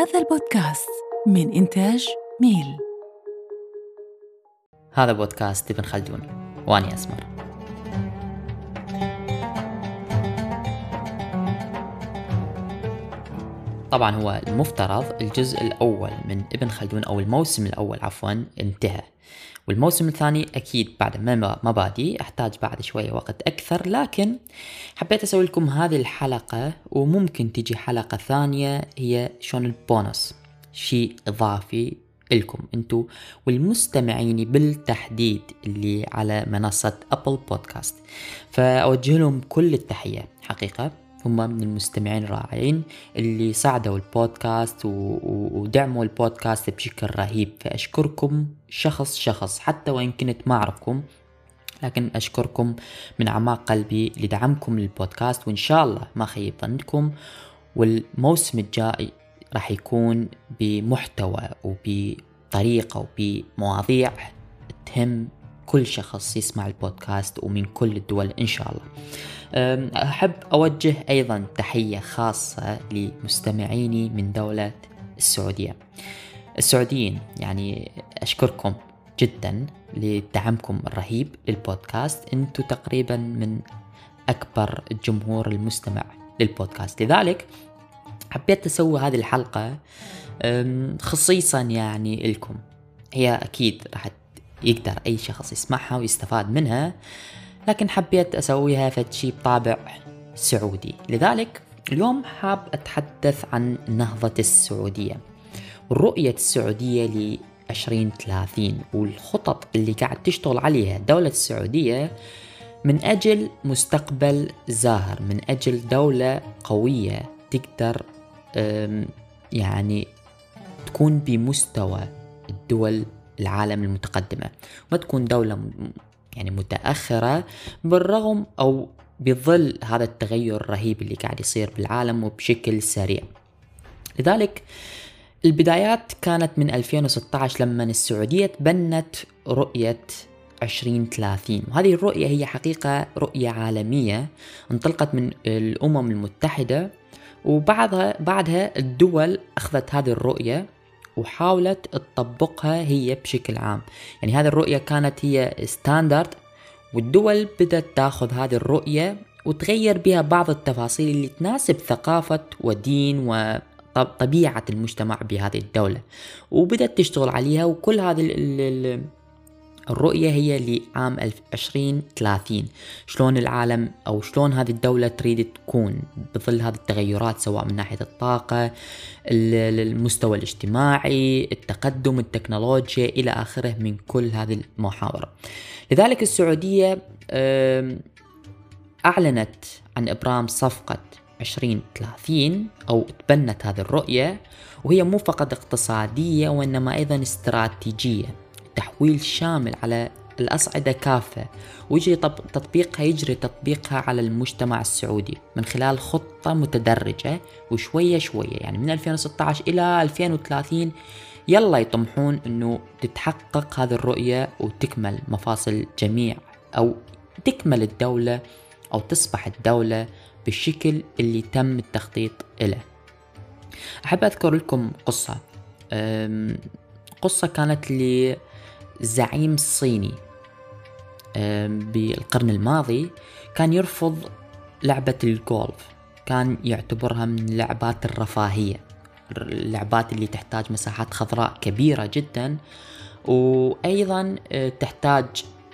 هذا البودكاست من إنتاج ميل. هذا بودكاست ابن خلدون وأنا أسمر. طبعا هو المفترض الجزء الأول من ابن خلدون أو الموسم الأول انتهى، والموسم الثاني أكيد بعد ما بادي أحتاج بعد شوية وقت أكثر، لكن حبيت أسوي لكم هذه الحلقة وممكن تجي حلقة ثانية هي شون البونس، شيء إضافي لكم أنتوا والمستمعين بالتحديد اللي على منصة أبل بودكاست. فأوجه لهم كل التحية، حقيقة هم من المستمعين الرائعين اللي ساعدوا البودكاست ودعموا البودكاست بشكل رهيب. فأشكركم شخص حتى وإن كنت ما أعرفكم، لكن أشكركم من أعماق قلبي لدعمكم للبودكاست، وإن شاء الله ما خيب ظنكم. والموسم الجاي راح يكون بمحتوى وبطريقة وبمواضيع تهم كل شخص يسمع البودكاست ومن كل الدول إن شاء الله. أحب أوجه أيضا تحية خاصة لمستمعيني من دولة السعوديين، يعني أشكركم جدا لدعمكم الرهيب للبودكاست. أنتوا تقريبا من أكبر الجمهور المستمع للبودكاست، لذلك حبيت أسوي هذه الحلقة خصيصا يعني لكم. هي أكيد راح يقدر أي شخص يسمعها ويستفاد منها، لكن حبيت أسويها فشي بطابع سعودي. لذلك اليوم حاب أتحدث عن نهضة السعودية والرؤية السعودية ل2030 والخطط اللي قاعد تشتغل عليها دولة السعودية من أجل مستقبل زاهر، من أجل دولة قوية تقدر يعني تكون بمستوى الدول العالم المتقدمة، ما تكون دولة يعني متأخرة بالرغم أو بظل هذا التغير الرهيب اللي قاعد يصير بالعالم وبشكل سريع. لذلك البدايات كانت من 2016 لما السعودية تبنت رؤية 2030، وهذه الرؤية هي حقيقة رؤية عالمية انطلقت من الأمم المتحدة، وبعدها الدول أخذت هذه الرؤية وحاولت تطبقها هي بشكل عام. يعني هذه الرؤية كانت هي ستاندرد، والدول بدأت تأخذ هذه الرؤية وتغير بها بعض التفاصيل اللي تناسب ثقافة ودين وطبيعة المجتمع بهذه الدولة، وبدأت تشتغل عليها. وكل هذه الرؤية هي لعام 2030، شلون العالم أو شلون هذه الدولة تريد تكون بظل هذه التغيرات، سواء من ناحية الطاقة، المستوى الاجتماعي، التقدم، التكنولوجيا إلى آخره من كل هذه المحاور. لذلك السعودية أعلنت عن إبرام صفقة 2030 أو تبنت هذه الرؤية، وهي مو فقط اقتصادية وإنما أيضا استراتيجية، تحويل شامل على الأصعدة كافة، ويجري تطبيقها على المجتمع السعودي من خلال خطة متدرجة وشوية شوية. يعني من 2016 إلى 2030 يلا يطمحون أنه تتحقق هذه الرؤية وتكمل مفاصل جميع أو تكمل الدولة أو تصبح الدولة بالشكل اللي تم التخطيط له. أحب أذكر لكم قصة كانت لزعيم صيني بالقرن الماضي، كان يرفض لعبة الجولف، كان يعتبرها من اللعبات الرفاهية، اللعبات اللي تحتاج مساحات خضراء كبيرة جدا، وأيضا تحتاج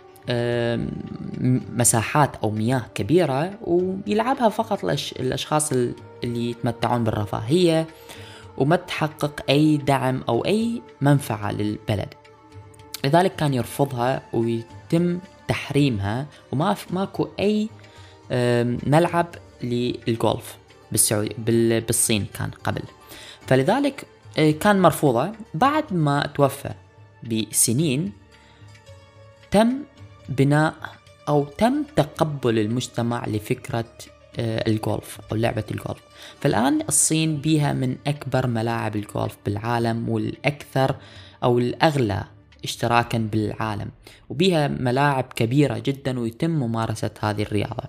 مساحات أو مياه كبيرة، ويلعبها فقط الأشخاص اللي يتمتعون بالرفاهية وما تحقق أي دعم أو أي منفعة للبلد. لذلك كان يرفضها ويتم تحريمها، وماكو أي ملعب للجولف بالصين كان قبل. فلذلك كان مرفوضة. بعد ما توفى بسنين تم بناء أو تم تقبل المجتمع لفكرة الجولف أو لعبة الجولف. فالآن الصين بيها من أكبر ملاعب الجولف بالعالم والأكثر أو الأغلى اشتراكا بالعالم، وبيها ملاعب كبيرة جدا ويتم ممارسة هذه الرياضة.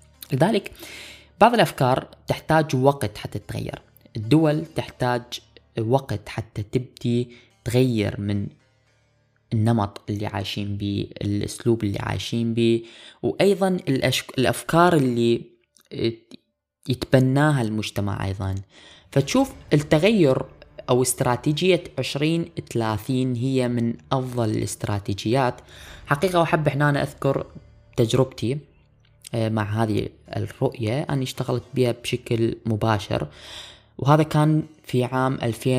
لذلك بعض الأفكار تحتاج وقت حتى تتغير، الدول تحتاج وقت حتى تبدي تغير من النمط اللي عايشين به، الأسلوب اللي عايشين به، وأيضا الأفكار اللي يتبناها المجتمع أيضا. فتشوف التغير أو استراتيجية 2030 هي من أفضل الاستراتيجيات حقيقة. وأحب هنا أذكر تجربتي مع هذه الرؤية، أني اشتغلت بها بشكل مباشر، وهذا كان في عام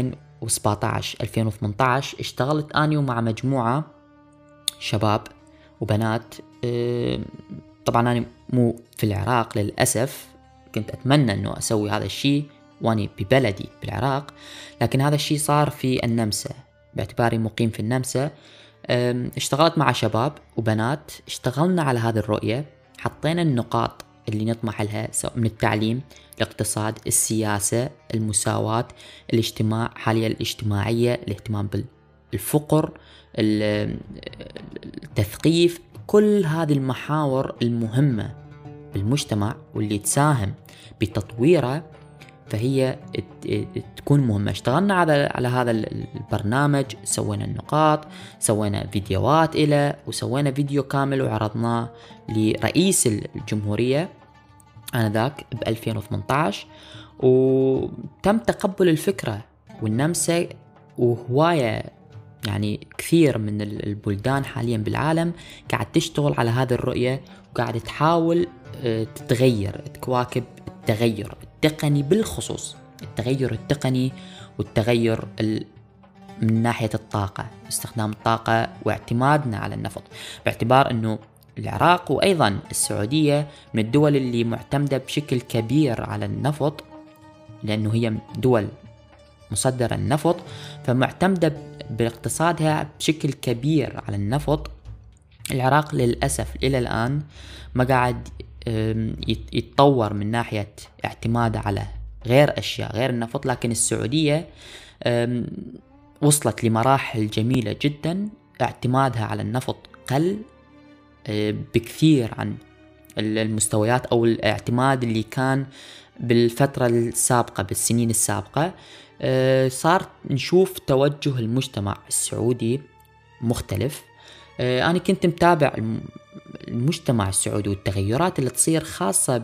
2017-2018. اشتغلت أنا ومع مجموعة شباب وبنات. طبعا أنا مو في العراق للأسف، كنت أتمنى أنه أسوي هذا الشيء وأني ببلدي بالعراق، لكن هذا الشيء صار في النمسا باعتباري مقيم في النمسا. اشتغلت مع شباب وبنات، اشتغلنا على هذه الرؤية، حطينا النقاط اللي نطمح لها سواء من التعليم، الاقتصاد، السياسة، المساواة، الاجتماع، حاليا الاجتماعية، الاهتمام بالفقر، التثقيف. كل هذه المحاور المهمة بالمجتمع واللي تساهم بتطويره فهي تكون مهمة. اشتغلنا على هذا البرنامج، سوينا النقاط، سوينا فيديوهات إلى، وسوينا فيديو كامل وعرضناه لرئيس الجمهورية آنذاك ب 2018، وتم تقبل الفكرة. والنمسا وهواية يعني كثير من البلدان حاليا بالعالم قاعد تشتغل على هذه الرؤية، وقاعد تحاول تتغير، تواكب التغير التقني، بالخصوص التغير التقني والتغير من ناحية الطاقة، استخدام الطاقة واعتمادنا على النفط، باعتبار أنه العراق وأيضا السعودية من الدول اللي معتمدة بشكل كبير على النفط، لأنه هي دول مصدرة النفط، فمعتمدة باقتصادها بشكل كبير على النفط. العراق للأسف إلى الآن ما قاعد يتطور من ناحية اعتماده على غير أشياء غير النفط، لكن السعودية وصلت لمراحل جميلة جدا. اعتمادها على النفط قل بكثير عن المستويات أو الاعتماد اللي كان بالفترة السابقة، بالسنين السابقة. صار نشوف توجه المجتمع السعودي مختلف. أنا كنت متابع المجتمع السعودي والتغيرات اللي تصير، خاصة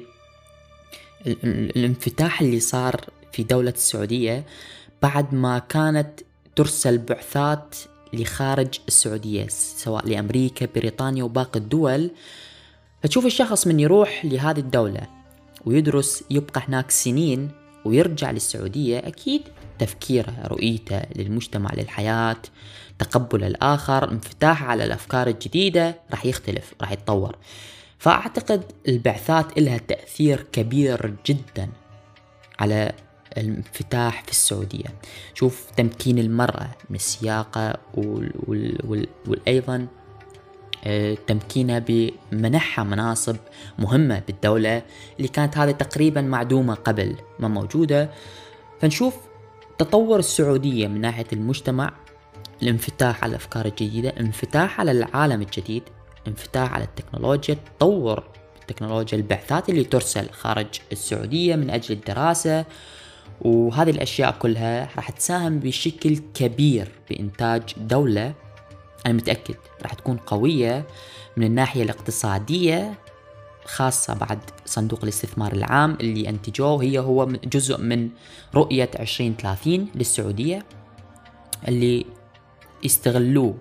بالانفتاح اللي صار في دولة السعودية بعد ما كانت ترسل بعثات لخارج السعودية، سواء لأمريكا، بريطانيا وباقي الدول. فتشوف الشخص من يروح لهذه الدولة ويدرس، يبقى هناك سنين ويرجع للسعودية، أكيد تفكيره، رؤيته للمجتمع، للحياة، تقبل الآخر، انفتاح على الأفكار الجديدة راح يختلف، راح يتطور. فأعتقد البعثات لها تأثير كبير جدا على الانفتاح في السعودية. شوف تمكين المرأة من السياقة والأيضا تمكينها بمنحها مناصب مهمة بالدولة اللي كانت هذه تقريبا معدومة قبل ما موجودة. فنشوف تطور السعودية من ناحية المجتمع، الانفتاح على الأفكار الجديدة، انفتاح على العالم الجديد، انفتاح على التكنولوجيا، تطور التكنولوجيا، البعثات اللي ترسل خارج السعودية من أجل الدراسة، وهذه الأشياء كلها راح تساهم بشكل كبير بإنتاج دولة أنا متأكد راح تكون قوية من الناحية الاقتصادية، خاصة بعد صندوق الاستثمار العام اللي أنتجوه هو جزء من رؤية 2030 للسعودية، اللي يستغلوه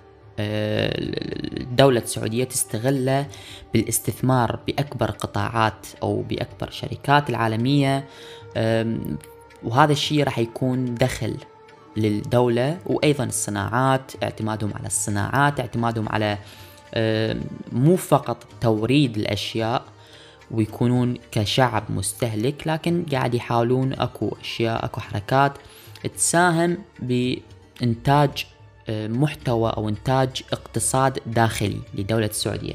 الدولة السعودية تستغله بالاستثمار بأكبر قطاعات أو بأكبر شركات العالمية. وهذا الشيء راح يكون دخل للدولة، وأيضا الصناعات، اعتمادهم على الصناعات، اعتمادهم على مو فقط توريد الأشياء ويكونون كشعب مستهلك، لكن قاعد يحاولون أكو أشياء، أكو حركات تساهم بإنتاج محتوى أو إنتاج اقتصاد داخلي لدولة السعودية.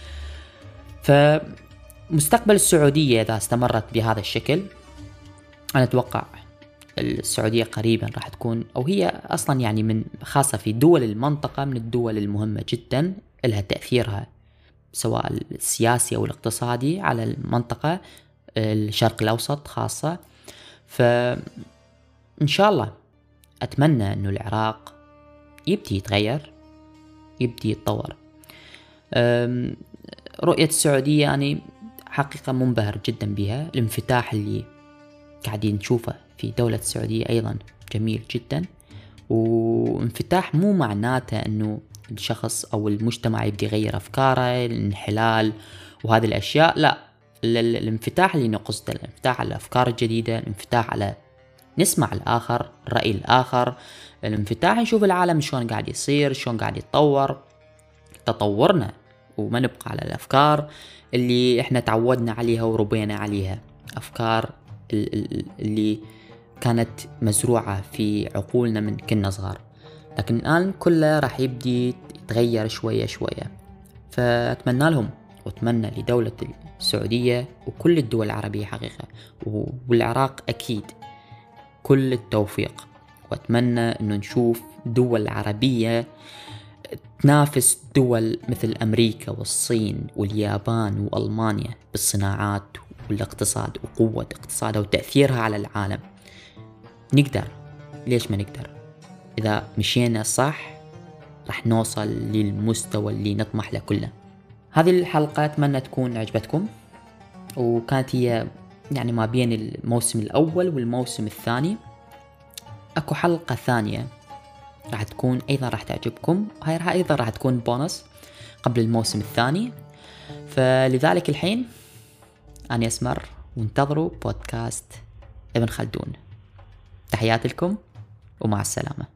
فمستقبل السعودية إذا استمرت بهذا الشكل، أنا أتوقع السعودية قريبا راح تكون، أو هي أصلا يعني من خاصة في دول المنطقة من الدول المهمة جدا، لها تأثيرها سواء السياسي أو الاقتصادي على المنطقة الشرق الأوسط خاصة. إن شاء الله أتمنى أنه العراق يبدي يتغير، يبدي يتطور. رؤية السعودية يعني حقيقة منبهر جدا بها. الانفتاح اللي قاعدين نشوفه في دولة السعودية أيضا جميل جدا، وانفتاح مو معناته أنه الشخص أو المجتمع يبدي يغير أفكاره، الانحلال وهذه الأشياء، لا. الانفتاح اللي نقصده الانفتاح على الأفكار الجديدة، الانفتاح على نسمع الآخر، الرأي الآخر، الانفتاح نشوف العالم شلون قاعد يصير، شلون قاعد يتطور، تطورنا وما نبقى على الأفكار اللي احنا تعودنا عليها وربينا عليها، أفكار اللي كانت مزروعة في عقولنا من كنا صغار، لكن الآن كله راح يبدي يتغير شوية شوية. فأتمنى لهم وأتمنى لدولة السعودية وكل الدول العربية حقيقة والعراق أكيد كل التوفيق، وأتمنى أنه نشوف دول عربية تنافس دول مثل أمريكا والصين واليابان وألمانيا بالصناعات والاقتصاد وقوة اقتصادها وتأثيرها على العالم. نقدر، ليش ما نقدر؟ إذا مشينا صح رح نوصل للمستوى اللي نطمح له كله. هذه الحلقة أتمنى تكون عجبتكم، وكانت هي يعني ما بين الموسم الأول والموسم الثاني. أكو حلقة ثانية راح تكون أيضا راح تعجبكم، هاي أيضا راح تكون بونص قبل الموسم الثاني. فلذلك الحين أنا أسمر، وانتظروا بودكاست ابن خلدون. تحياتي لكم ومع السلامة.